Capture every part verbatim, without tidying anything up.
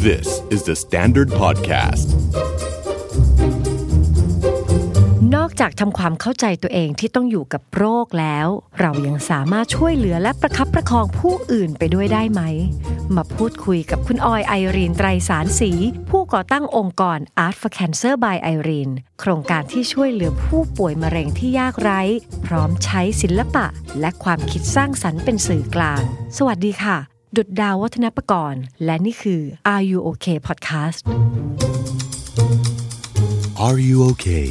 This is the Standard Podcast. นอกจากทำความเข้าใจตัวเองที่ต้องอยู่กับโรคแล้วเรายังสามารถช่วยเหลือและประคับประคองผู้อื่นไปด้วยได้ไหมมาพูดคุยกับคุณออยไอรีนไตรสารศรีผู้ก่อตั้งองค์กร Art for Cancer by Irene โครงการที่ช่วยเหลือผู้ป่วยมะเร็งที่ยากไร้พร้อมใช้ศิลปะและความคิดสร้างสรรค์เป็นสื่อกลางสวัสดีค่ะดุจดาววัฒนประกรณ์และนี่คือ Are You Okay Podcast Are You Okay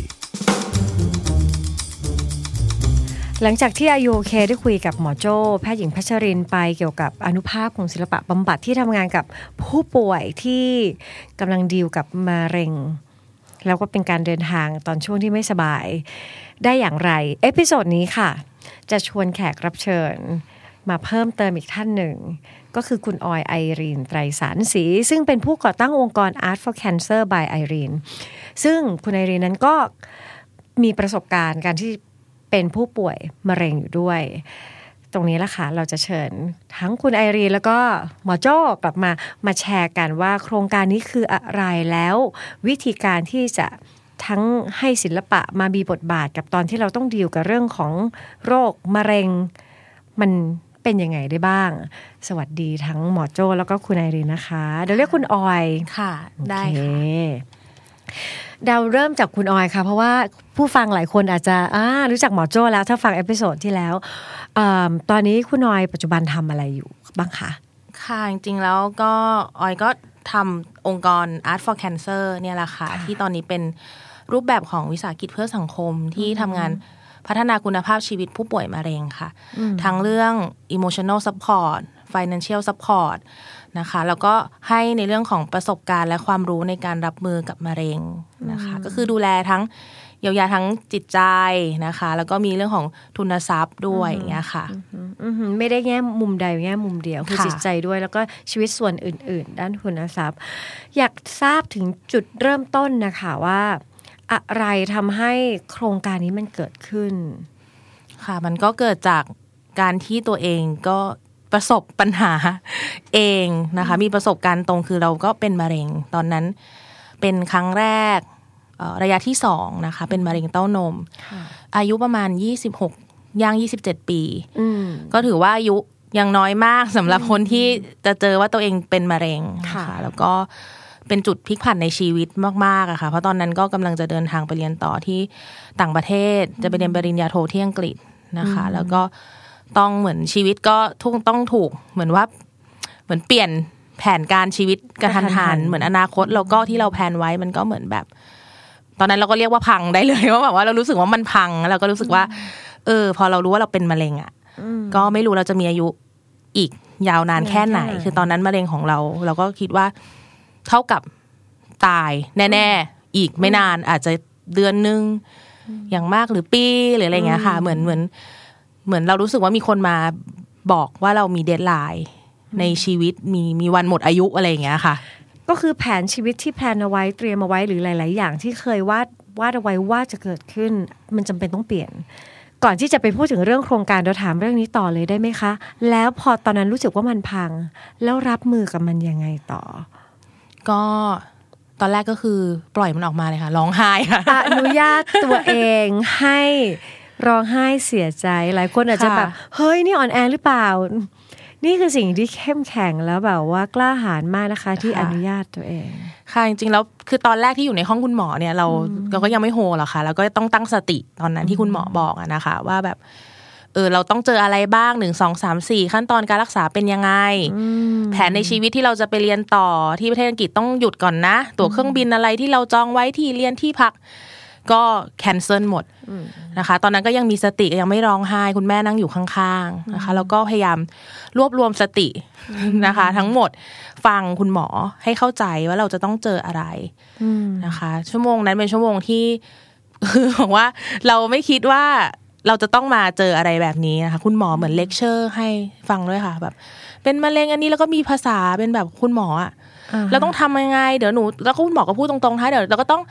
หลังจากที่ Are You Okay ได้คุยกับหมอโจ้แพทย์หญิงพัชรินไปเกี่ยวกับอานุภาพของศิลปะบำบัดที่ทำงานกับผู้ป่วยที่กำลังดีลกับมะเร็งแล้วก็เป็นการเดินทางตอนช่วงที่ไม่สบายได้อย่างไรเอพิโซดนี้ค่ะจะชวนแขกรับเชิญมาเพิ่มเติมอีกท่านหนึ่งก็คือคุณออยไอรีนไตรสารศรีซึ่งเป็นผู้ก่อตั้งองค์กร Art for Cancer by Irene ซึ่งคุณไอรีนนั้นก็มีประสบการณ์การที่เป็นผู้ป่วยมะเร็งอยู่ด้วยตรงนี้ละค่ะเราจะเชิญทั้งคุณไอรีนแล้วก็หมอโจ้กลับมามาแชร์กันว่าโครงการนี้คืออะไรแล้ววิธีการที่จะทั้งให้ศิลปะมามีบทบาทกับตอนที่เราต้องดีลกับเรื่องของโรคมะเร็งมันเป็นยังไงได้บ้างสวัสดีทั้งหมอโจ้แล้วก็คุณไอรีนนะคะเดี๋ยวเรียกคุณออยค่ะได้ค่ะเราเริ่มจากคุณออยค่ะเพราะว่าผู้ฟังหลายคนอาจจะอ่ารู้จักหมอโจ้แล้วถ้าฟังเอพิโซดที่แล้วตอนนี้คุณออยปัจจุบันทำอะไรอยู่บ้างคะค่ะจริงๆแล้วก็ออยก็ทำองค์กร Art for Cancer เนี่ยแหละค่ะที่ตอนนี้เป็นรูปแบบของวิสาหกิจเพื่อสังคมที่ทำงานพัฒนาคุณภาพชีวิตผู้ป่วยมะเร็งค่ะทั้งเรื่อง emotional support financial support นะคะแล้วก็ให้ในเรื่องของประสบการณ์และความรู้ในการรับมือกับมะเร็งนะคะก็คือดูแลทั้งเยียวยาทั้งจิตใจนะคะแล้วก็มีเรื่องของทุนทรัพย์ด้วยอย่างเงี้ยค่ะไม่ได้แง่มุมใดแง่มุมเดียวคือจิตใจด้วยแล้วก็ชีวิตส่วนอื่นๆด้านทุนทรัพย์อยากทราบถึงจุดเริ่มต้นนะคะว่าอะไรทำให้โครงการนี้มันเกิดขึ้นค่ะมันก็เกิดจากการที่ตัวเองก็ประสบปัญหาเองนะคะมีประสบการณ์ตรงคือเราก็เป็นมะเร็งตอนนั้นเป็นครั้งแรกระยะที่สองนะคะเป็นมะเร็งเต้านมอายุประมาณยี่สิบหกย่างยี่สิบเจ็ดปีก็ถือว่าอายุยังน้อยมากสำหรับคนที่จะเจอว่าตัวเองเป็นมะเร็งนะคะแล้วก็เป็นจุดพลิกผันในชีวิตมากๆอะค่ะเพราะตอนนั้นก็กำลังจะเดินทางไปเรียนต่อที่ต่างประเทศจะไปเรียนปริญญาโทที่อังกฤษนะคะแล้วก็ต้องเหมือนชีวิตก็ทุกต้องถูกเหมือนว่าเหมือนเปลี่ยนแผนการชีวิตกระทันหันเหมือนอนาคตแล้วก็ที่เราแพลนไว้มันก็เหมือนแบบตอนนั้นเราก็เรียกว่าพังได้เลยว่าแบบว่าเรารู้สึกว่ามันพังแล้วเราก็รู้สึกว่าเออพอเรารู้ว่าเราเป็นมะเร็งอ่ะก็ไม่รู้เราจะมีอายุอีกยาวนานแค่ไหนคือตอนนั้นมะเร็งของเราเราก็คิดว่าเท่ากับตายแน่ๆอีกไม่นานอาจจะเดือนนึงอย่างมากหรือปีหรืออะไรเงี้ยค่ะเหมือนเหมือนเหมือนเรารู้สึกว่ามีคนมาบอกว่าเรามีเดดไลน์ในชีวิตมีมีวันหมดอายุอะไรอย่างเงี้ยค่ะก็คือแผนชีวิตที่แพลนเอาไว้เตรียมเอาไว้หรือหลายๆอย่างที่เคยวาดวาดเอาไว้ว่าจะเกิดขึ้นมันจำเป็นต้องเปลี่ยนก่อนที่จะไปพูดถึงเรื่องโครงการเราถามเรื่องนี้ต่อเลยได้ไหมคะแล้วพอตอนนั้นรู้สึกว่ามันพังแล้วรับมือกับมันยังไงต่อก็ตอนแรกก็คือปล่อยมันออกมาเลยค่ะร้องไห้ค่ะอนุญาตตัวเองให้ร้องไห้เสียใจหลายคนอาจจะแบบเฮ้ยนี่อ่อนแอหรือเปล่านี่คือสิ่งที่เข้มแข็งแล้วแบบว่ากล้าหาญมากนะคะที่อนุญาตตัวเองค่ะจริงๆแล้วคือตอนแรกที่อยู่ในห้องคุณหมอเนี่ยเราเราก็ยังไม่โฮหรอกค่ะแล้วก็ต้องตั้งสติตอนนั้นที่คุณหมอบอกอะนะคะว่าแบบเออเราต้องเจออะไรบ้างหนึ่ง สอง สาม สี่ขั้นตอนการรักษาเป็นยังไงแผนในชีวิตที่เราจะไปเรียนต่อที่ประเทศอังกฤษต้องหยุดก่อนนะตั๋วเครื่องบินอะไรที่เราจองไว้ที่เรียนที่พักก็แคนเซิลหมดนะคะตอนนั้นก็ยังมีสติยังไม่ร้องไห้คุณแม่นั่งอยู่ข้างๆนะคะแล้วก็พยายามรวบรวมสตินะคะทั้งหมดฟังคุณหมอให้เข้าใจว่าเราจะต้องเจออะไรนะคะชั่วโมงนั้นเป็นชั่วโมงที่คือบอกว่าเราไม่คิดว่าเราจะต้องมาเจออะไรแบบนี้นะคะคุณหมอเหมือนเลคเชอร์ให้ฟังด้วยค่ะแบบเป็นมะเร็งอันนี้แล้วก็มีภาษาเป็นแบบคุณหมออ่ะเราต้องทำยังไงเดี๋ยวหนูแล้วก็คุณหมอก็พูดตรงๆท้ายเดี๋ยวเราก็ต้อง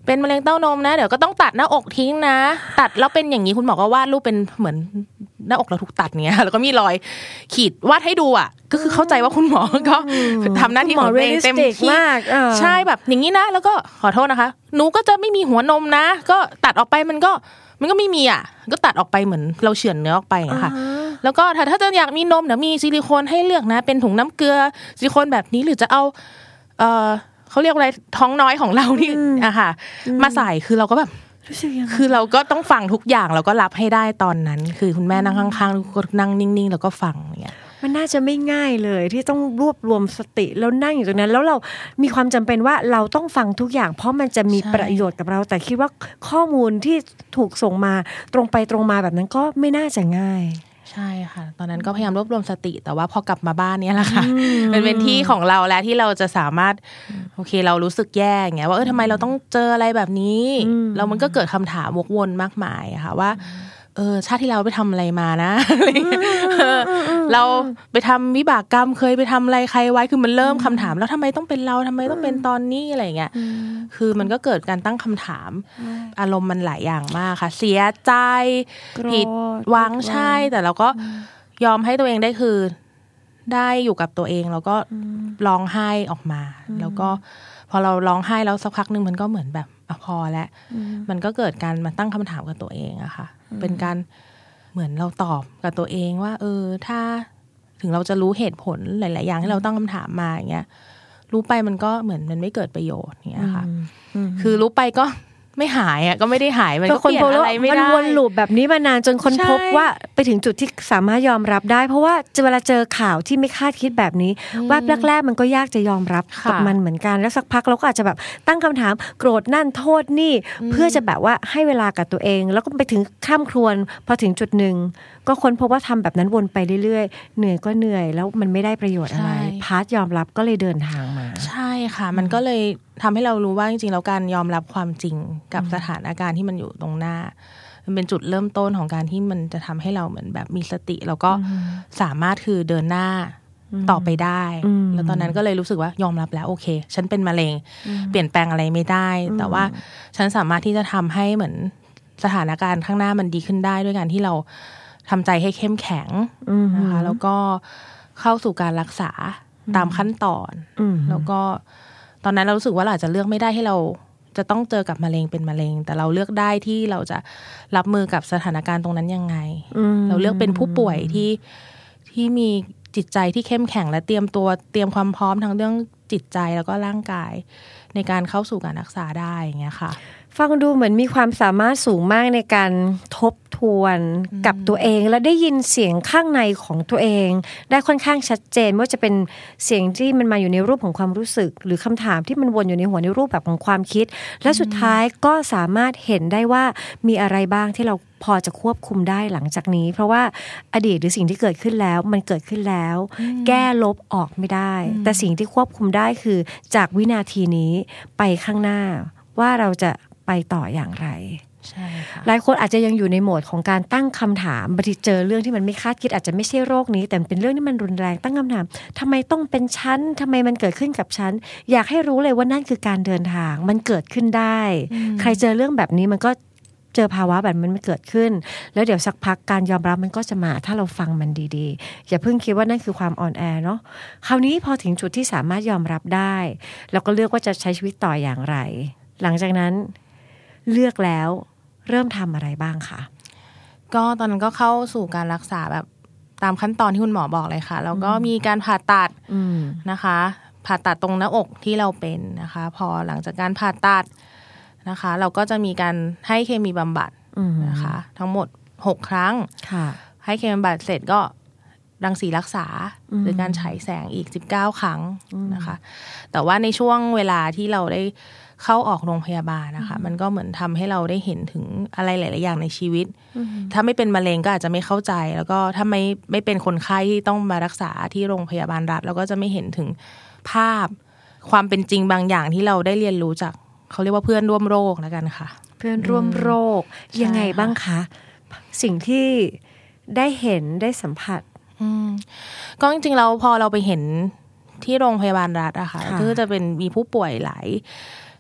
เป็นมะเร็งเต้านมนะเดี๋ยวก็ต้องตัดหน้าอกทิ้งนะตัดแล้วเป็นอย่างนี้คุณหมอก็วาดรูปเป็นเหมือนหน้าอกเราถูกตัดเงี้ยแล้วก็มีรอยขีดวาดให้ดูอ่ะก็คือเข้าใจว่าคุณหมอก็ทำหน้าที่ของตัวเองเต็มที่ใช่แบบอย่างนี้นะแล้วก็ขอโทษนะคะหนูก็จะไม่มีหัวนมนะก็ตัดออกไปมันก็มันก็ไม่มีอ่ะก็ตัดออกไปเหมือนเราเฉือนเนื้อออกไปอย่างเงี้ยค่ะแล้วก็ถ้าถ้าจะอยากมีนมเดี๋ยวมีซิลิโคนให้เลือกนะเป็นถุงน้ำเกลือซิลิโคนแบบนี้หรือจะเอาเอ่อเขาเรียกอะไรท้องน้อยของเราที่อะค่ะมาใส่คือเราก็แบบคือเราก็ต้องฟังทุกอย่างเราก็รับให้ได้ตอนนั้นคือคุณแม่นั่งข้างๆก็นั่งนิ่งๆแล้วก็ฟังอย่างเงี้ยมันน่าจะไม่ง่ายเลยที่ต้องรวบรวมสติแล้วนั่งอยู่ตรงนั้นแล้วเรามีความจำเป็นว่าเราต้องฟังทุกอย่างเพราะมันจะมีประโยชน์กับเราแต่คิดว่าข้อมูลที่ถูกส่งมาตรงไปตรงมาแบบนั้นก็ไม่น่าจะง่ายใช่ค่ะตอนนั้นก็พยายามรวบรวมสติแต่ว่าพอกลับมาบ้านเนี่ยแหละค่ะมันเป็นที่ของเราแล้วที่เราจะสามารถโอเคเรารู้สึกแย่อย่างเงี้ยว่าเออทำไมเราต้องเจออะไรแบบนี้แล้วมันก็เกิดคำถามวกวนมากมายค่ะว่าเออชาติที่เราไปทำอะไรมานะเราไปทำวิบากกรรมเคยไปทำอะไรใครไว้คือมันเริ่มคำถามแล้วทำไมต้องเป็นเราทำไมต้องเป็นตอนนี้อะไรเงี้ยคือมันก็เกิดการตั้งคำถามอารมณ์มันหลายอย่างมากค่ะเสียใจผิดหวังใช่แต่เราก็ยอมให้ตัวเองได้คือได้อยู่กับตัวเองแล้วก็ร้องไห้ออกมาแล้วก็พอเราร้องไห้แล้วสักพักนึงมันก็เหมือนแบบพอแล้วมันก็เกิดการมาตั้งคำถามกับตัวเองอะค่ะเป็นการเหมือนเราตอบกับตัวเองว่าเออถ้าถึงเราจะรู้เหตุผลหลายๆอย่างที่เราตั้งคำถามมาอย่างเงี้ยรู้ไปมันก็เหมือนมันไม่เกิดประโยชน์อย่างเงี้ยค่ะคือรู้ไปก็ไม่หายอ่ะก็ไม่ได้หายมันก็เปลี่ยนอะไรไม่ได้มันวนลูปแบบนี้มานานจนคนพบว่าไปถึงจุดที่สามารถยอมรับได้เพราะว่าเวลาเจอข่าวที่ไม่คาดคิดแบบนี้ว่าแรกๆมันก็ยากจะยอมรับกับมันเหมือนกันแล้วสักพักเราก็อาจจะแบบตั้งคำถามโกรธนั่นโทษนี่เพื่อจะแบบว่าให้เวลากับตัวเองแล้วก็ไปถึงข้ามครวญพอถึงจุดหนึ่งก็ค้นพบว่าทำแบบนั้นวนไปเรื่อยๆเหนื่อยก็เหนื่อยแล้วมันไม่ได้ประโยชน์อะไรพาร์ทยอมรับก็เลยเดินทางมาใช่ค่ะมันก็เลยทำให้เรารู้ว่าจริงๆแล้วการยอมรับความจริงกับสถานการณ์ที่มันอยู่ตรงหน้ามันเป็นจุดเริ่มต้นของการที่มันจะทำให้เราเหมือนแบบมีสติแล้วก็สามารถคือเดินหน้าต่อไปได้แล้วตอนนั้นก็เลยรู้สึกว่ายอมรับแล้วโอเคฉันเป็นมะเร็งเปลี่ยนแปลงอะไรไม่ได้แต่ว่าฉันสามารถที่จะทำให้เหมือนสถานการณ์ข้างหน้ามันดีขึ้นได้ด้วยการที่เราทำใจให้เข้มแข็งนะคะแล้วก็เข้าสู่การรักษาตามขั้นตอนแล้วก็ตอนนั้นเรารู้สึกว่าเราอาจจะเลือกไม่ได้ให้เราจะต้องเจอกับมะเร็งเป็นมะเร็งแต่เราเลือกได้ที่เราจะรับมือกับสถานการณ์ตรงนั้นยังไงเราเลือกเป็นผู้ป่วยที่ที่มีจิตใจที่เข้มแข็งและเตรียมตัวเตรียมความพร้อมทั้งเรื่องจิตใจแล้วก็ร่างกายในการเข้าสู่การรักษาได้อย่างเงี้ยค่ะฟังดูเหมือนมีความสามารถสูงมากในการทบทวนกับตัวเองและได้ยินเสียงข้างในของตัวเองได้ค่อนข้างชัดเจนว่าจะเป็นเสียงที่มันมาอยู่ในรูปของความรู้สึกหรือคำถามที่มันวนอยู่ในหัวในรูปแบบของความคิดและสุดท้ายก็สามารถเห็นได้ว่ามีอะไรบ้างที่เราพอจะควบคุมได้หลังจากนี้เพราะว่าอดีตหรือสิ่งที่เกิดขึ้นแล้วมันเกิดขึ้นแล้วแก้ลบออกไม่ได้แต่สิ่งที่ควบคุมได้คือจากวินาทีนี้ไปข้างหน้าว่าเราจะไปต่ออย่างไรใช่ค่ะหลายคนอาจจะยังอยู่ในโหมดของการตั้งคำถามบางทีเจอเรื่องที่มันไม่คาดคิดอาจจะไม่ใช่โรคนี้แต่เป็นเรื่องที่มันรุนแรงตั้งคำถามทำไมต้องเป็นฉันทำไมมันเกิดขึ้นกับฉันอยากให้รู้เลยว่านั่นคือการเดินทางมันเกิดขึ้นได้ใครเจอเรื่องแบบนี้มันก็เจอภาวะแบบมันเกิดขึ้นแล้วเดี๋ยวสักพักการยอมรับมันก็จะมาถ้าเราฟังมันดีๆอย่าเพิ่งคิดว่านั่นคือความอ่อนแอเนาะคราวนี้พอถึงจุดที่สามารถยอมรับได้เราก็เลือกว่าจะใช้ชีวิตต่ออย่างไรหลังจากนั้นเลือกแล้วเริ่มทำอะไรบ้างคะก็ตอนนั้นก็เข้าสู่การรักษาแบบตามขั้นตอนที่คุณหมอบอกเลยค่ะแล้วก็มีการผ่าตัดนะคะผ่าตัดตรงหน้าอกที่เราเป็นนะคะพอหลังจากการผ่าตัดนะคะเราก็จะมีการให้เคมีบำบัดนะคะทั้งหมดหกครั้งให้เคมีบำบัดเสร็จก็รังสีรักษาหรือการฉายแสงอีกสิบเก้าครั้งนะคะแต่ว่าในช่วงเวลาที่เราได้เข้าออกโรงพยาบาลนะคะมันก็เหมือนทำให้เราได้เห็นถึงอะไรหลายๆอย่างในชีวิตถ้าไม่เป็นมะเร็งก็อาจจะไม่เข้าใจแล้วก็ถ้าไม่ไม่เป็นคนไข้ที่ต้องมารักษาที่โรงพยาบาลรัฐเราก็จะไม่เห็นถึงภาพความเป็นจริงบางอย่างที่เราได้เรียนรู้จากเขาเรียกว่าเพื่อนร่วมโรคแล้วกันค่ะเพื่อนร่วมโรคยังไงบ้างคะสิ่งที่ได้เห็นได้สัมผัสก็จริงๆเราพอเราไปเห็นที่โรงพยาบาลรัฐอะค่ะก็จะเป็นมีผู้ป่วยหลาย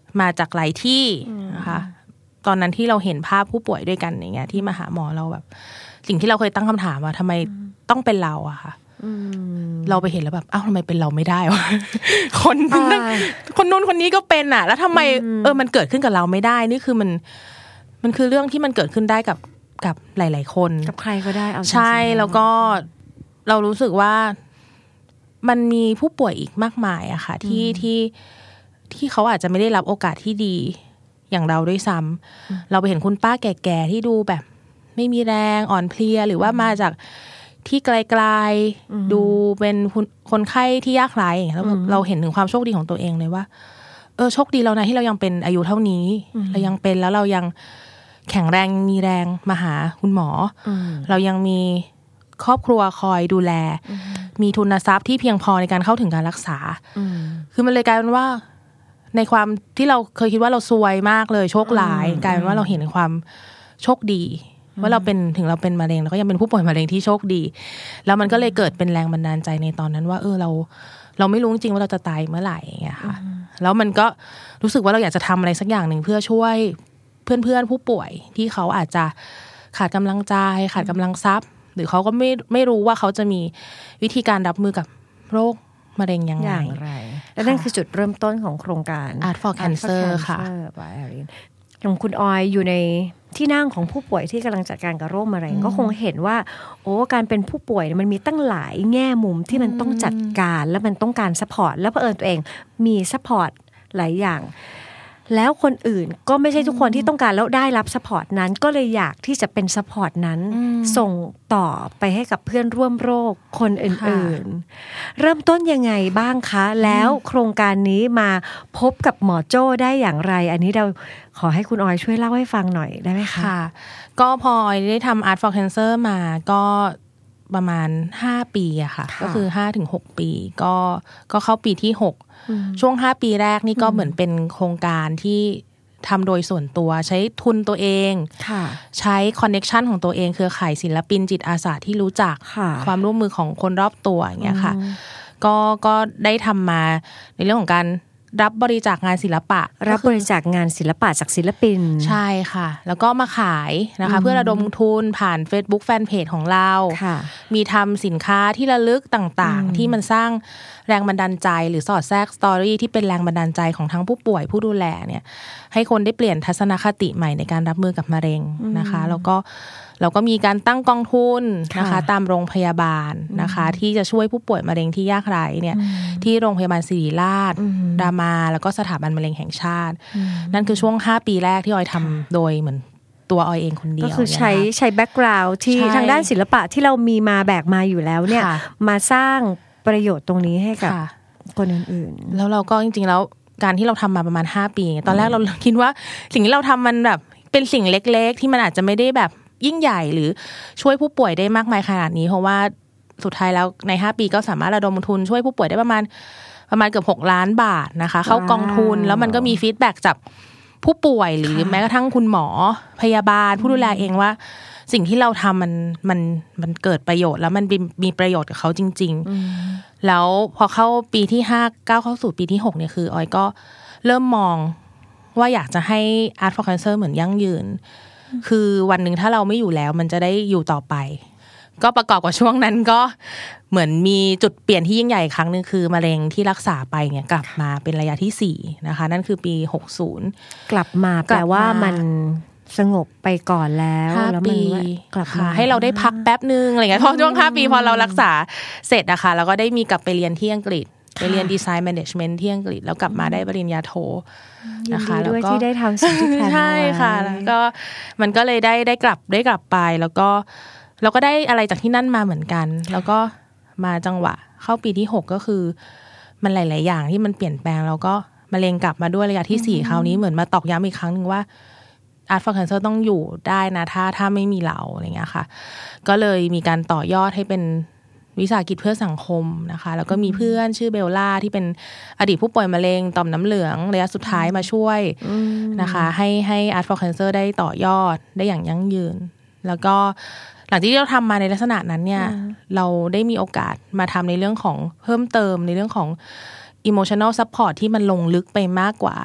มาจากหลายที่นะคะตอนนั้นที่เราเห็นภาพผู้ป่วยด้วยกันอย่างเงี้ยที่มาหาหมอเราแบบสิ่งที่เราเคยตั้งคำถามว่าทำไมต้องเป็นเราอะค่ะเราไปเห็นแล้วแบบอ้าวทำไมเป็นเราไม่ได้วะ คนคนนู้นคนนี้ก็เป็นอะแล้วทำไมเออมันเกิดขึ้นกับเราไม่ได้นี่คือมันมันคือเรื่องที่มันเกิดขึ้นได้กับกับหลายๆคนกับใครก็ได้เอาใช่แล้วก็เรารู้สึกว่ามันมีผู้ป่วยอีกมากมายอะค่ะที่ที่ที่เขาอาจจะไม่ได้รับโอกาสที่ดีอย่างเราด้วยซ้ำเราไปเห็นคุณป้าแก่ๆที่ดูแบบไม่มีแรงอ่อนเพลียหรือว่ามาจากที่ไกลๆดูเป็นคนไข้ที่ยากไร้อย่างเงี้ยแล้วเราเห็นถึงความโชคดีของตัวเองเลยว่าเออโชคดีแล้วนะที่เรายังเป็นอายุเท่านี้เรายังเป็นแล้วเรายังแข็งแรงมีแรงมาหาคุณหมอเรายังมีครอบครัวคอยดูแลมีทุนทรัพย์ที่เพียงพอในการเข้าถึงการรักษาคือมันเลยกลายเป็นว่าในความที่เราเคยคิดว่าเราซวยมากเลยโชคร้ายกลายเป็นว่าเราเห็นความโชคดีว่าเราเป็นถึงเราเป็นมะเร็งเราก็ยังเป็นผู้ป่วยมะเร็งที่โชคดีแล้วมันก็เลยเกิดเป็นแรงบันดาลใจในตอนนั้นว่าเออเราเราไม่รู้จริงว่าเราจะตายเมื่อไหร่อย่างเงี้ยค่ะแล้วมันก็รู้สึกว่าเราอยากจะทำอะไรสักอย่างหนึ่งเพื่อช่วยเพื่อนๆผู้ป่วยที่เขาอาจจะขาดกำลังใจขาดกำลังทรัพย์หรือเขาก็ไม่ไม่รู้ว่าเขาจะมีวิธีการรับมือกับโรคมะเร็งยังไงและนั่นคือจุดเริ่มต้นของโครงการ Art for Cancer ค่ะอย่างคุณออยอยู่ในที่นั่งของผู้ป่วยที่กำลังจัดการกับโรคมะเร็งก็คงเห็นว่าโอ้การเป็นผู้ป่วยมันมีตั้งหลายแง่มุมที่มันต้องจัดการและมันต้องการซัพพอร์ตแล้วเผอิญตัวเองมีซัพพอร์ตหลายอย่างแล้วคนอื่นก็ไม่ใช่ทุกคนที่ต้องการแล้วได้รับซัพพอร์ตนั้นก็เลยอยากที่จะเป็นซัพพอร์ตนั้นส่งต่อไปให้กับเพื่อนร่วมโรคคนอื่นๆเริ่มต้นยังไงบ้างคะแล้วโครงการนี้มาพบกับหมอโจ้ได้อย่างไรอันนี้เราขอให้คุณออยช่วยเล่าให้ฟังหน่อยได้ไหมคะค่ะก็พอออยได้ทำ Art for Cancer มาก็ประมาณห้าปีอะค่ะก็คือ ห้าถึงหก ปีก็ก็เข้าปีที่หกช่วงห้าปีแรกนี่ก็เหมือนเป็นโครงการที่ทำโดยส่วนตัวใช้ทุนตัวเองใช้คอนเนคชันของตัวเองเครือข่ายศิลปินจิตอาสาที่รู้จักความร่วมมือของคนรอบตัวอย่างเงี้ยค่ะก็ก็ได้ทำมาในเรื่องของการรับบริจาคงานศิลปะรับบริจาคงานศิลปะจากศิลปินใช่ค่ะแล้วก็มาขายนะคะเพื่อระดมทุนผ่าน Facebook Fanpage ของเรามีทำสินค้าที่ระลึกต่างๆที่มันสร้างแรงบันดาลใจหรือสอดแทรกสตอรี่ที่เป็นแรงบันดาลใจของทั้งผู้ป่วยผู้ดูแลเนี่ยให้คนได้เปลี่ยนทัศนคติใหม่ในการรับมือกับมะเร็งนะคะแล้วก็เราก็มีการตั้งกองทุนนะคะตามโรงพยาบาลนะคะที่จะช่วยผู้ป่วยมะเร็งที่ยากไร้เนี่ยที่โรงพยาบาลศิริราชรามาแล้วก็สถาบันมะเร็งแห่งชาตินั่นคือช่วงห้าปีแรกที่ออยทำโดยเหมือนตัวออยเองคนเดียวก็คือใช้ใช้แบ็กกราวด์ที่ทางด้านศิลปะที่เรามีมาแบกมาอยู่แล้วเนี่ยมาสร้างประโยชน์ตรงนี้ให้กับคนอื่นๆแล้วเราก็จริงๆแล้วการที่เราทำมาประมาณห้าปีตอนแรกเราคิดว่าสิ่งที่เราทำมันแบบเป็นสิ่งเล็กๆที่มันอาจจะไม่ได้แบบยิ่งใหญ่หรือช่วยผู้ป่วยได้มากมายขนาดนี้เพราะว่าสุดท้ายแล้วในห้าปีก็สามารถระดมทุนช่วยผู้ป่วยได้ประมาณประมาณเกือบหกล้านบาทนะคะเข้ากองทุนแล้วมันก็มีฟีดแบ็กจากผู้ป่วยหรือแม้กระทั่งคุณหมอพยาบาลผู้ดูแลเองว่าสิ่งที่เราทำมันมันมันเกิดประโยชน์แล้วมันมีประโยชน์กับเขาจริงๆแล้วพอเข้าปีที่ห้าก้าวเข้าสู่ปีที่หกเนี่ยคือออยก็เริ่มมองว่าอยากจะให้ Art for Cancer เหมือนยั่งยืนคือวันหนึ่งถ้าเราไม่อยู่แล้วมันจะได้อยู่ต่อไปก็ประกอบกับช่วงนั้นก็เหมือนมีจุดเปลี่ยนที่ยิ่งใหญ่ครั้งนึงคือมะเร็งที่รักษาไปเนี่ยกลับมาเป็นระยะที่สี่นะคะนั่นคือปีหกสิบกลับมาแปลว่ามันสงบไปก่อนแล้วแล้วมันกลับมาให้เราได้พักแป๊บนึงอะไรเงี้ยพอช่วงห้าปีพอเรารักษาเสร็จนะคะแล้วก็ได้มีกลับไปเรียนที่อังกฤษไปเรียนดีไซน์แมネจเมนต์ที่อังกฤษแล้วกลับมาได้ปริญญาโทนะคะแล้วก็ที่ได้ทำสิ่งที่แพลนไว้ใช่ค่ะแล้วก็มันก็เลยได้ได้กลับได้กลับไปแล้วก็เราก็ได้อะไรจากที่นั่นมาเหมือนกันแล้วก็มาจังหวะเข้าปีที่หกก็คือมันหลายๆอย่างที่มันเปลี่ยนแปลงแล้วก็มะเร็งกลับมาด้วยระยะที่สี่คราวนี้เหมือนมาตอกย้ำอีกครั้งนึงว่า Art for Cancer ต้องอยู่ได้นะถ้าถ้าไม่มีเราอะไรเงี้ยค่ะก็เลยมีการต่อยอดให้เป็นวิสาหกิจเพื่อสังคมนะคะแล้วก็มีเพื่อนชื่อเบลล่าที่เป็นอดีตผู้ป่วยมะเร็งต่อมน้ำเหลืองระยะสุดท้ายมาช่วยนะคะให้ให้ Art for Cancer ได้ต่อยอดได้อย่างยั่งยืนแล้วก็หลังจากที่เราทำมาในลักษณะนั้นเนี่ยเราได้มีโอกาสมาทำในเรื่องของเพิ่มเติมในเรื่องของ emotional support ที่มันลงลึกไปมากกว่า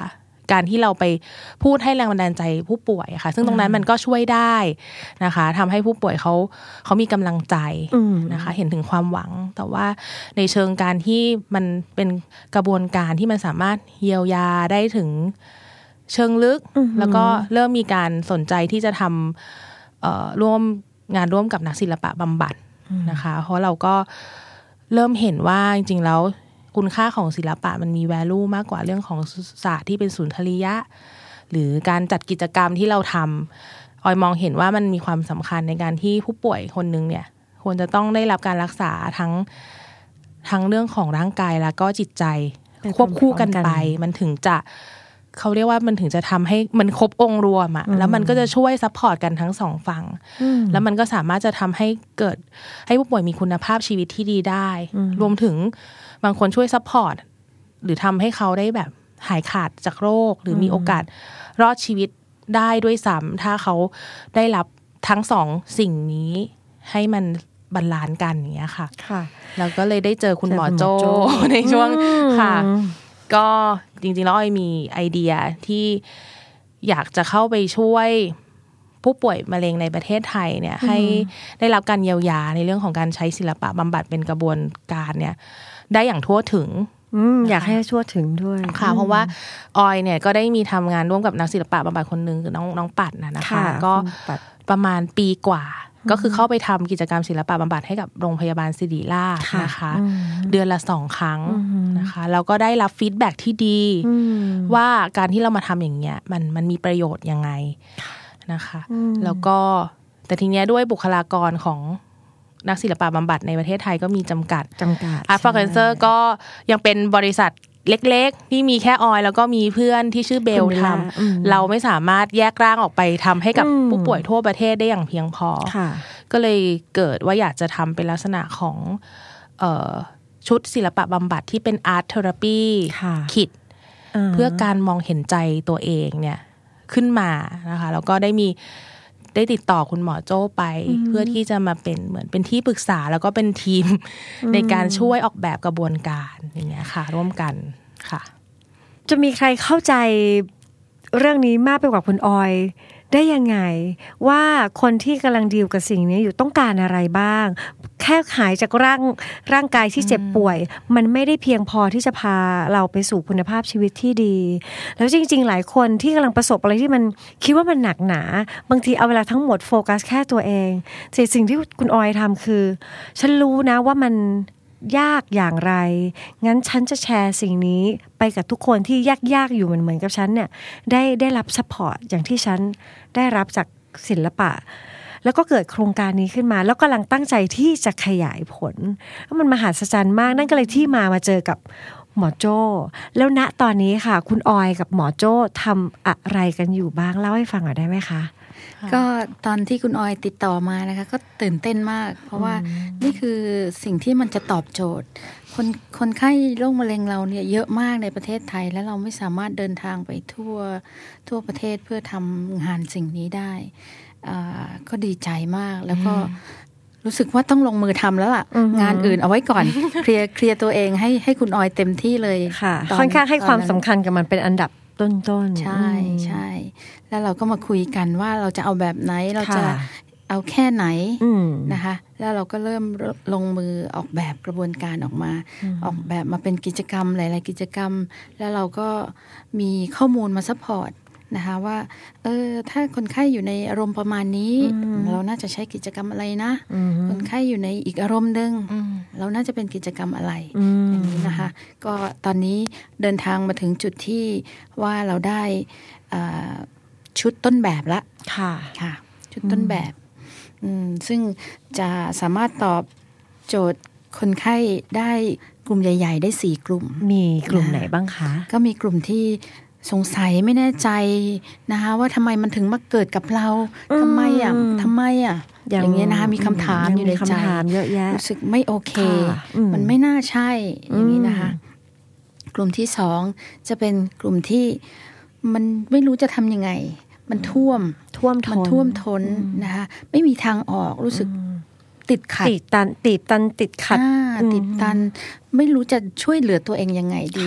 การที่เราไปพูดให้แรงบันดาลใจผู้ป่วยค่ะซึ่งตรงนั้นมันก็ช่วยได้นะคะทำให้ผู้ป่วยเขาเขามีกำลังใจนะคะเห็นถึงความหวังแต่ว่าในเชิงการที่มันเป็นกระบวนการที่มันสามารถเยียวยาได้ถึงเชิงลึกแล้วก็เริ่มมีการสนใจที่จะทำเอ่อร่วมงานร่วมกับนักศิลปะบำบัดนะคะเพราะเราก็เริ่มเห็นว่าจริงๆแล้วคุณค่าของศิลปะมันมี value มากกว่าเรื่องของศาสตร์ที่เป็นสุนทรียะหรือการจัดกิจกรรมที่เราทำออยมองเห็นว่ามันมีความสำคัญในการที่ผู้ป่วยคนนึงเนี่ยควรจะต้องได้รับการรักษาทั้งทั้งเรื่องของร่างกายแล้วก็จิตใจควบคู่กันไปมันถึงจะเขาเรียกว่ามันถึงจะทำให้มันครบองค์รวมอะแล้วมันก็จะช่วยซัพพอร์ตกันทั้งสองฝั่งแล้วมันก็สามารถจะทำให้เกิดให้ผู้ป่วยมีคุณภาพชีวิตที่ดีได้รวมถึงบางคนช่วยซัพพอร์ตหรือทำให้เขาได้แบบหายขาดจากโรคหรือมีโอกาสรอดชีวิตได้ด้วยซ้ำถ้าเขาได้รับทั้งสองสิ่งนี้ให้มันบาลานซ์กันอย่างเงี้ยค่ะแล้วก็เลยได้เจอคุณหมอโจ้ในช่วงค่ะก็จริงๆแล้วออยมีไอเดียที่อยากจะเข้าไปช่วยผู้ป่วยมะเร็งในประเทศไทยเนี่ยให้ได้รับการเยียวยาในเรื่องของการใช้ศิลปะบำบัดเป็นกระบวนการเนี่ยได้อย่างทั่วถึงอยากให้ทั่วถึงด้วยค่ะเพราะว่าออยเนี่ยก็ได้มีทำงานร่วมกับนักศิลปะบำบัดคนนึงคือน้องน้องปัดนะนะคะก็ประมาณปีกว่าก็คือเข้าไปทำกิจกรรมศิลปะบำบัดให้กับโรงพยาบาลศิริราชนะคะเดือนละสองครั้งนะคะแล้วก็ได้รับฟีดแบ็กที่ดีว่าการที่เรามาทำอย่างเงี้ยมันมันมีประโยชน์ยังไงนะคะแล้วก็แต่ทีเนี้ยด้วยบุคลากรของนักศิลปะบำบัดในประเทศไทยก็มีจำกัดจำกัด Art for Cancer ก็ยังเป็นบริษัทเล็กๆที่มีแค่ออยแล้วก็มีเพื่อนที่ชื่อเบลทำเราไม่สามารถแยกร่างออกไปทำให้กับผู้ป่วยทั่วประเทศได้อย่างเพียงพอก็เลยเกิดว่าอยากจะทำเป็นลักษณะของเอ่อชุดศิลปะบำบัดที่เป็น Art Therapy Kit เพื่อการมองเห็นใจตัวเองเนี่ยขึ้นมานะคะแล้วก็ได้มีได้ติดต่อคุณหมอโจ้ไปเพื่อที่จะมาเป็นเหมือนเป็นที่ปรึกษาแล้วก็เป็นทีมในการช่วยออกแบบกระบวนการอย่างเงี้ยค่ะร่วมกันค่ะจะมีใครเข้าใจเรื่องนี้มากไปกว่าคุณออยได้ยังไงว่าคนที่กำลังดีลกับสิ่งนี้อยู่ต้องการอะไรบ้างแค่หายจากร่างร่างกายที่เจ็บป่วยมันไม่ได้เพียงพอที่จะพาเราไปสู่คุณภาพชีวิตที่ดีแล้วจริงๆหลายคนที่กำลังประสบอะไรที่มันคิดว่ามันหนักหนาบางทีเอาเวลาทั้งหมดโฟกัสแค่ตัวเองแต่สิ่งที่คุณออยทำคือฉันรู้นะว่ามันยากอย่างไรงั้นฉันจะแชร์สิ่งนี้ไปกับทุกคนที่ยากๆอยู่เหมือนเหมือนกับฉันเนี่ยได้ได้รับซัพพอร์ตอย่างที่ฉันได้รับจากศิลปะแล้วก็เกิดโครงการนี้ขึ้นมาแล้วกำลังตั้งใจที่จะขยายผลแล้วมันมหัศจรรย์มากนั่นก็เลยที่มามาเจอกับหมอโจ้แล้วณตอนนี้ค่ะคุณออยกับหมอโจ้ทำอะไรกันอยู่บ้างเล่าให้ฟังหน่อยได้ไหมคะก็ตอนที่คุณออยติดต่อมานะคะก็ตื่นเต้นมากเพราะว่านี่คือสิ่งที่มันจะตอบโจทย์คนคนไข้โรคมะเร็งเราเนี่ยเยอะมากในประเทศไทยและเราไม่สามารถเดินทางไปทั่วทั่วประเทศเพื่อทำงานสิ่งนี้ได้ก็ดีใจมากแล้วก็รู้สึกว่าต้องลงมือทำแล้วล่ะงานอื่นเอาไว้ก่อนเคลียร์เคลียร์ตัวเองให้ให้คุณออยเต็มที่เลยค่ะค่อนข้างให้ความสำคัญกับมันเป็นอันดับต้นๆใช่ใช่แล้วเราก็มาคุยกันว่าเราจะเอาแบบไหนเราจะเอาแค่ไหนนะคะแล้วเราก็เริ่มลงมือออกแบบกระบวนการออกมาออกแบบมาเป็นกิจกรรมหลายๆกิจกรรมแล้วเราก็มีข้อมูลมาซัพพอร์ตนะคะว่าเออถ้าคนไข้อยู่ในอารมณ์ประมาณนี้เราน่าจะใช้กิจกรรมอะไรนะคนไข้อยู่ในอีกอารมณ์นึงเราน่าจะเป็นกิจกรรมอะไรอย่างนี้นะคะก็ตอนนี้เดินทางมาถึงจุดที่ว่าเราได้ชุดต้นแบบละค่ะค่ะชุดต้นแบบซึ่งจะสามารถตอบโจทย์คนไข้ได้กลุ่มใหญ่ๆได้สี่กลุ่มมีกลุ่มไหนบ้างคะก็มีกลุ่มที่สงสัยไม่แน่ใจนะคะว่าทำไมมันถึงมาเกิดกับเราทำไมอ่ะทำไมอ่ะอย่างเงี้ยนะคะมีคำถามอยู่ในใจรู้สึกไม่โอเคมันไม่น่าใช่อย่างนี้นะคะกลุ่มที่สองจะเป็นกลุ่มที่มันไม่รู้จะทำยังไงมันท่วมท่วมมันท่วมท้นนะคะไม่มีทางออกรู้สึกติดขัดติดตันติดตันติดขัดติดตันไม่รู้จะช่วยเหลือตัวเองยังไงดี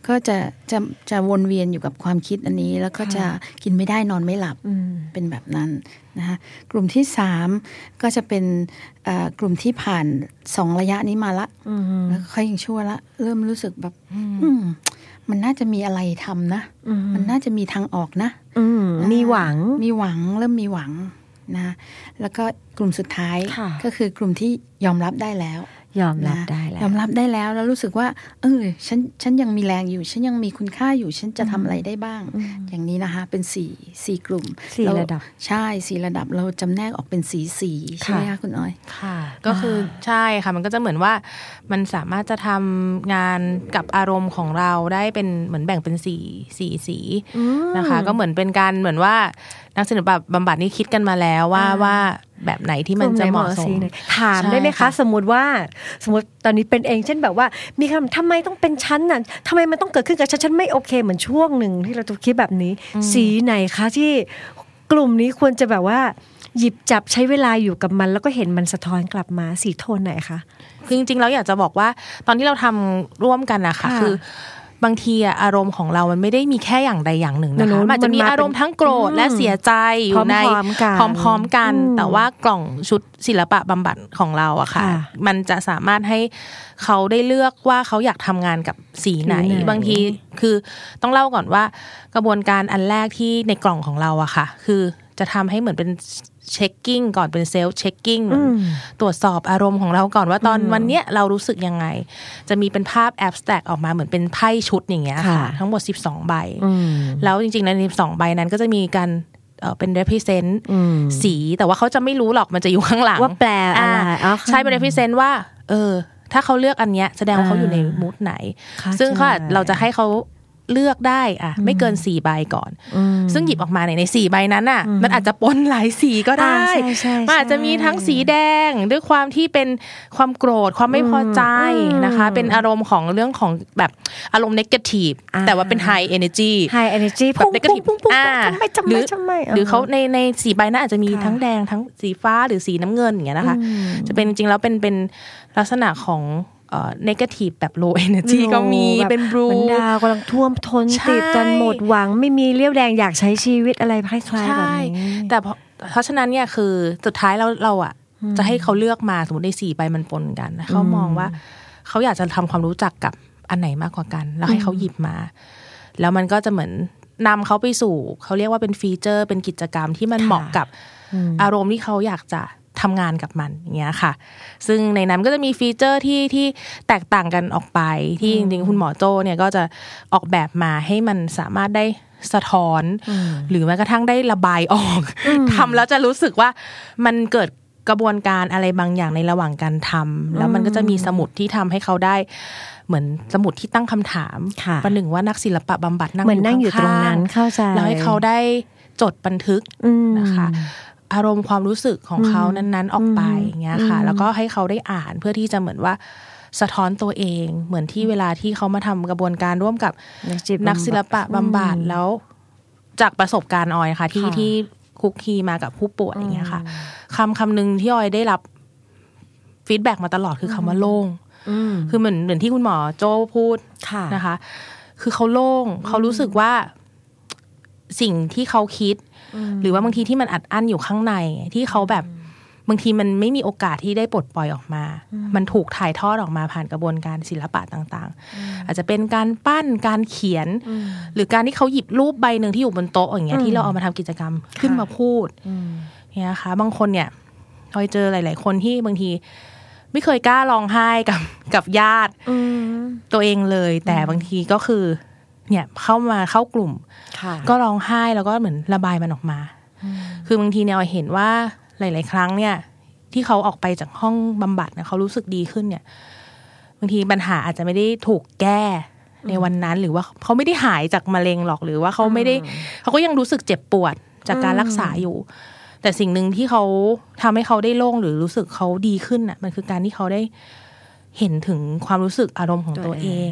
ก็จะจะจะวนเวียนอยู่กับความคิดอันนี้แล้วก็จะกินไม่ได้นอนไม่หลับเป็นแบบนั้นนะคะกลุ่มที่สามก็จะเป็นกลุ่มที่ผ่านสองระยะนี้มาละแล้วค่อยยังชั่วละเริ่มรู้สึกแบบมันน่าจะมีอะไรทำนะมันน่าจะมีทางออกนะมีหวังมีหวังเริ่มมีหวังนะแล้วก็กลุ่มสุดท้ายก็คือกลุ่มที่ยอมรับได้แล้วยอมรับได้แล้วยอมรับได้แล้วแล้วรู้สึกว่าเออฉันฉันยังมีแรงอยู่ฉันยังมีคุณค่าอยู่ฉันจะทำอะไรได้บ้างอย่างนี้นะคะเป็นสี่สี่กลุ่มสี่ระดับใช่สี่ระดับเราจำแนกออกเป็นสีสีใช่ไหมคะคุณอ้อยค่ะก็คือใช่ค่ะมันก็จะเหมือนว่ามันสามารถจะทำงานกับอารมณ์ของเราได้เป็นเหมือนแบ่งเป็นสีสีสีนะคะก็เหมือนเป็นการเหมือนว่านักศิลปะบำบัดนี่คิดกันมาแล้วว่าว่าแบบไหนที่มันจะเหมาะสมถามได้ไหมคะสมมติว่าสมมติตอนนี้เป็นเองเช่นแบบว่ามีคำทำไมต้องเป็นชั้นน่ะทำไมมันต้องเกิดขึ้นกับฉันฉันไม่โอเคเหมือนช่วงหนึ่งที่เราคิดแบบนี้สีไหนคะที่กลุ่มนี้ควรจะแบบว่าหยิบจับใช้เวลาอยู่กับมันแล้วก็เห็นมันสะท้อนกลับมาสีโทนไหนคะคือจริงๆแล้วอยากจะบอกว่าตอนที่เราทำร่วมกันนะคะคือบางทีอารมณ์ของเรามันไม่ได้มีแค่อย่างใดอย่างหนึ่งนะคะมันจะมีอารมณ์ทั้งโกรธและเสียใจอยู่ในพร้อมๆกันแต่ว่ากล่องชุดศิลปะบำบัดของเราอะค่ะมันจะสามารถให้เขาได้เลือกว่าเขาอยากทำงานกับสีไหนบางทีคือต้องเล่าก่อนว่ากระบวนการอันแรกที่ในกล่องของเราอะค่ะคือจะทำให้เหมือนเป็นเช็คกิ้งก่อนเป็นเซลฟ์เช็คกิ้งตรวจสอบอารมณ์ของเราก่อนว่าตอนวันเนี้ยเรารู้สึกยังไงจะมีเป็นภาพแอบสแตรกออกมาเหมือนเป็นไพ่ชุดอย่างเงี้ยค่ะทั้งหมดสิบสองใบแล้วจริงๆในสิบสองใบนั้นก็จะมีการเอ่อเป็น represent สีแต่ว่าเขาจะไม่รู้หรอกมันจะอยู่ข้างหลังว่าแปลอะไรใช่เป็น represent ว่าเออถ้าเขาเลือกอันเนี้ยแสดงว่าเขาอยู่ในมูดไหนซึ่งเขาเราจะให้เขาเลือกได้อ่ะไม่เกินสี่ใบก่อนซึ่งหยิบออกมาในในสี่ใบนั้นน่ะมันอาจจะปนหลายสีก็ได้มันอาจจะมีทั้งสีแดงด้วยความที่เป็นความโกรธความไม่พอใจนะคะเป็นอารมณ์ของเรื่องของแบบอารมณ์ negative แต่ว่าเป็น high energy high energy แบบ negative อ่าหรือหรือเขาในในสีใบนั้นอาจจะมีทั้งแดงทั้งสีฟ้าหรือสีน้ำเงินอย่างเงี้ยนะคะจะเป็นจริงๆแล้วเป็นเป็นลักษณะของเอ่อ negative แบบ low energy ก็มีเป็น blue เหมือนดาวกำลังท่วมท้นติดจนหมดหวังไม่มีเรี่ยวแรงอยากใช้ชีวิตอะไรคล้ายๆแบบนี้แต่เพราะฉะนั้นเนี่ยคือสุดท้ายเราเราอ่ะจะให้เขาเลือกมาสมมติในสี่ใบมันปนกันเขามองว่าเขาอยากจะทำความรู้จักกับอันไหนมากกว่ากันแล้วให้เขาหยิบมาแล้วมันก็จะเหมือนนำเขาไปสู่เขาเรียกว่าเป็นฟีเจอร์เป็นกิจกรรมที่มันเหมาะกับอารมณ์ที่เขาอยากจะทำงานกับมันอย่างเงี้ยค่ะซึ่งในนั้นก็จะมีฟีเจอร์ที่ที่แตกต่างกันออกไปที่จริงๆคุณหมอโจ้เนี่ยก็จะออกแบบมาให้มันสามารถได้สะท้อนหรือแม้กระทั่งได้ระบายออกทำแล้วจะรู้สึกว่ามันเกิดกระบวนการอะไรบางอย่างในระหว่างการทำแล้วมันก็จะมีสมุดที่ทำให้เขาได้เหมืมือนสมุดที่ตั้งคำถามประหนึ่งว่านักศิลปะบำบัดนั่งอยู่ตรงนั้นเข้าใจแล้วให้เขาได้จดบันทึกนะคะอารมณ์ความรู้สึกของเขานั้นๆออกไปอย่างเงี้ยค่ะแล้วก็ให้เขาได้อ่านเพื่อที่จะเหมือนว่าสะท้อนตัวเองเหมือนที่เวลาที่เขามาทำกระบวนการร่วมกับนักศิลปะบำบัดแล้วจากประสบการณ์ออยค่ะที่ที่คุกคีมากับผู้ป่วยอย่างเงี้ยค่ะคำคำนึงที่ออยได้รับฟีดแบ็กมาตลอดคือคำว่าโล่งคือเหมือนเหมือนที่คุณหมอโจ้พูดนะคะคือเขาโล่งเขารู้สึกว่าสิ่งที่เขาคิดหรือว่าบางทีที่มันอัดอั้นอยู่ข้างในที่เขาแบบบางทีมันไม่มีโอกาสที่ได้ปลดปล่อยออกมามันถูกถ่ายทอดออกมาผ่านกระบวนการศิลปะต่างๆอาจจะเป็นการปั้นการเขียนหรือการที่เขาหยิบรูปใบหนึ่งที่อยู่บนโต๊ะอย่างเงี้ยที่เราเอามาทำกิจกรรมขึ้นมาพูดเนี่ยนะคะบางคนเนี่ยเคยเจอหลายๆคนที่บางทีไม่เคยกล้าร้องไห้กับกับญาติตัวเองเลยแต่บางทีก็คือเนี่ยเข้ามาเข้ากลุ่มก็ร้องไห้แล้วก็เหมือนระบายมันออกมาคือบางทีเนี่ยเห็นว่าหลายๆครั้งเนี่ยที่เขาออกไปจากห้องบำบัดเนี่ยเขารู้สึกดีขึ้นเนี่ยบางทีปัญหาอาจจะไม่ได้ถูกแก้ในวันนั้นหรือว่าเขาไม่ได้หายจากมะเร็งหรอกหรือว่าเขาไม่ได้เขาก็ยังรู้สึกเจ็บปวดจากการรักษาอยู่แต่สิ่งหนึ่งที่เขาทำให้เขาได้โล่งหรือรู้สึกเขาดีขึ้นน่ะมันคือการที่เขาได้เห็นถึงความรู้สึกอารมณ์ของตัวเอง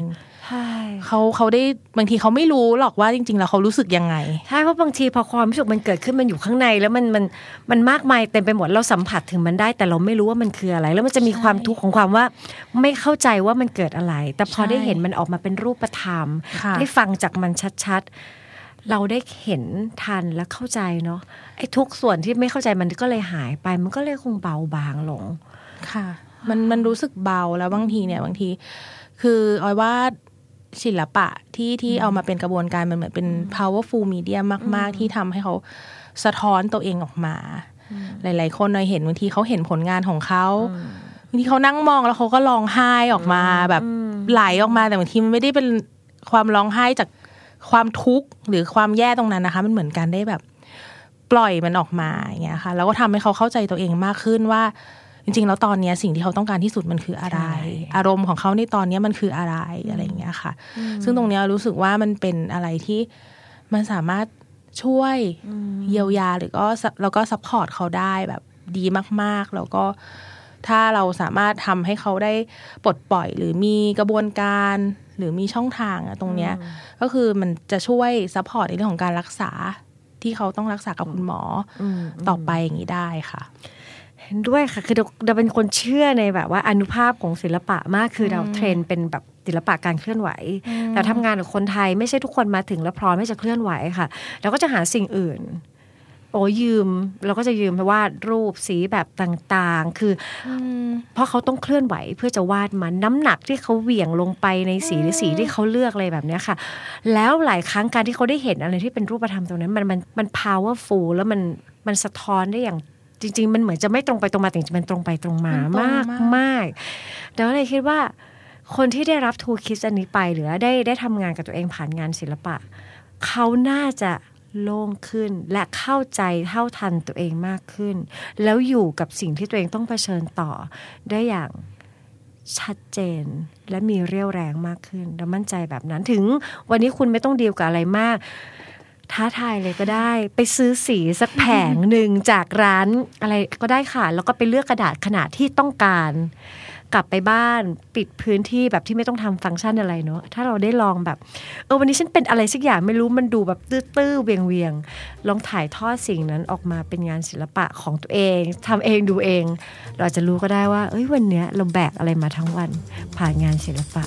เขาเขาได้บางทีเขาไม่รู้หรอกว่าจริงๆแล้วเขารู้สึกยังไงใช่เพราะบางทีพอความรู้สึกมันเกิดขึ้นมันอยู่ข้างในแล้วมันมันมันมากมายเต็มไปหมดเราสัมผัสถึงมันได้แต่เราไม่รู้ว่ามันคืออะไรแล้วมันจะมีความทุกข์ของความว่าไม่เข้าใจว่ามันเกิดอะไรแต่พอได้เห็นมันออกมาเป็นรูปธรรมได้ฟังจากมันชัดๆเราได้เห็นทันและเข้าใจเนาะไอ้ทุกส่วนที่ไม่เข้าใจมันก็เลยหายไปมันก็เลยคงเบาบางลงค่ะมันมันรู้สึกเบาแล้วบางทีเนี่ยบางทีคือออยว่าศิลปะที่ที่เอามาเป็นกระบวนการมันเหมือนเป็น powerful medium มากๆที่ทำให้เขาสะท้อนตัวเองออกมาหลายๆคนเราเห็นบางทีเขาเห็นผลงานของเขาบางทีเขานั่งมองแล้วเขาก็ร้องไห้ออกมาแบบไหลออกมาแต่บางทีมันไม่ได้เป็นความร้องไห้จากความทุกข์หรือความแย่ตรงนั้นนะคะมันเหมือนกันได้แบบปล่อยมันออกมาอย่างเงี้ยค่ะแล้วก็ทำให้เขาเข้าใจตัวเองมากขึ้นว่าจริงๆแล้วตอนนี้สิ่งที่เขาต้องการที่สุดมันคืออะไรอารมณ์ของเขาในตอนนี้มันคืออะไรอะไรอย่างเงี้ยค่ะซึ่งตรงนี้รู้สึกว่ามันเป็นอะไรที่มันสามารถช่วยเยียวยาหรือก็แล้วก็ซัพพอร์ตเขาได้แบบดีมากๆแล้วก็ถ้าเราสามารถทำให้เขาได้ปลดปล่อยหรือมีกระบวนการหรือมีช่องทางอะตรงเนี้ยก็คือมันจะช่วยซัพพอร์ตในเรื่องของการรักษาที่เขาต้องรักษากับคุณหมอต่อไปอย่างนี้ได้ค่ะด้วยค่ะคือเราเป็นคนเชื่อในแบบว่าอานุภาพของศิลปะมากคือเราเทรนเป็นแบบศิลปะการเคลื่อนไหวแต่ทำงานกับคนไทยไม่ใช่ทุกคนมาถึงแล้วพร้อมที่จะเคลื่อนไหวค่ะเราก็จะหาสิ่งอื่นโอ้ยืมเราก็จะยืมวาดรูปสีแบบต่างๆคือเพราะเขาต้องเคลื่อนไหวเพื่อจะวาดมันน้ำหนักที่เขาเหวี่ยงลงไปในสีหรือสีที่เขาเลือกอะไรแบบนี้ค่ะแล้วหลายครั้งการที่เขาได้เห็นอะไรที่เป็นรูปธรรมตรงนั้นมันมันมัน powerful แล้วมันมันสะท้อนได้อย่างจริงๆมันเหมือนจะไม่ตรงไปตรงมาแต่จริงๆมันตรงไปตรงมามากมากแต่ว่าเลยคิดว่าคนที่ได้รับทูคิสอันนี้ไปหรือได้ได้ทำงานกับตัวเองผ่านงานศิลปะเขาน่าจะโล่งขึ้นและเข้าใจเท่าทันตัวเองมากขึ้นแล้วอยู่กับสิ่งที่ตัวเองต้องเผชิญต่อได้อย่างชัดเจนและมีเรี่ยวแรงมากขึ้นและมั่นใจแบบนั้นถึงวันนี้คุณไม่ต้องดีลกับอะไรมากท้าทายเลยก็ได้ไปซื้อสีสักแผงหนึ่งจากร้านอะไรก็ได้ค่ะแล้วก็ไปเลือกกระดาษขนาดที่ต้องการกลับไปบ้านปิดพื้นที่แบบที่ไม่ต้องทำฟังก์ชันอะไรเนอะถ้าเราได้ลองแบบเออวันนี้ฉันเป็นอะไรสักอย่างไม่รู้มันดูแบบตื้อๆเวียงๆลองถ่ายทอดสิ่งนั้นออกมาเป็นงานศิลปะของตัวเองทำเองดูเองเราจะรู้ก็ได้ว่าเอ้ยวันเนี้ยเราแบกอะไรมาทั้งวันผ่านงานศิลปะ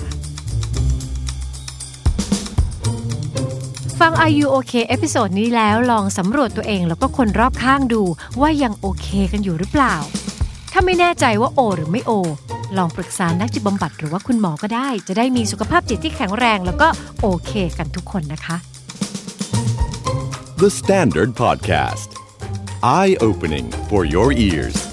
ฟัง Are You OK เอพิโซดนี้แล้วลองสำรวจตัวเองแล้วก็คนรอบข้างดูว่ายังโอเคกันอยู่หรือเปล่าถ้าไม่แน่ใจว่าโอหรือไม่โอลองปรึกษานักจิตบำบัดหรือว่าคุณหมอก็ได้จะได้มีสุขภาพจิตที่แข็งแรงแล้วก็โอเคกันทุกคนนะคะ The Standard Podcast Eye Opening for Your Ears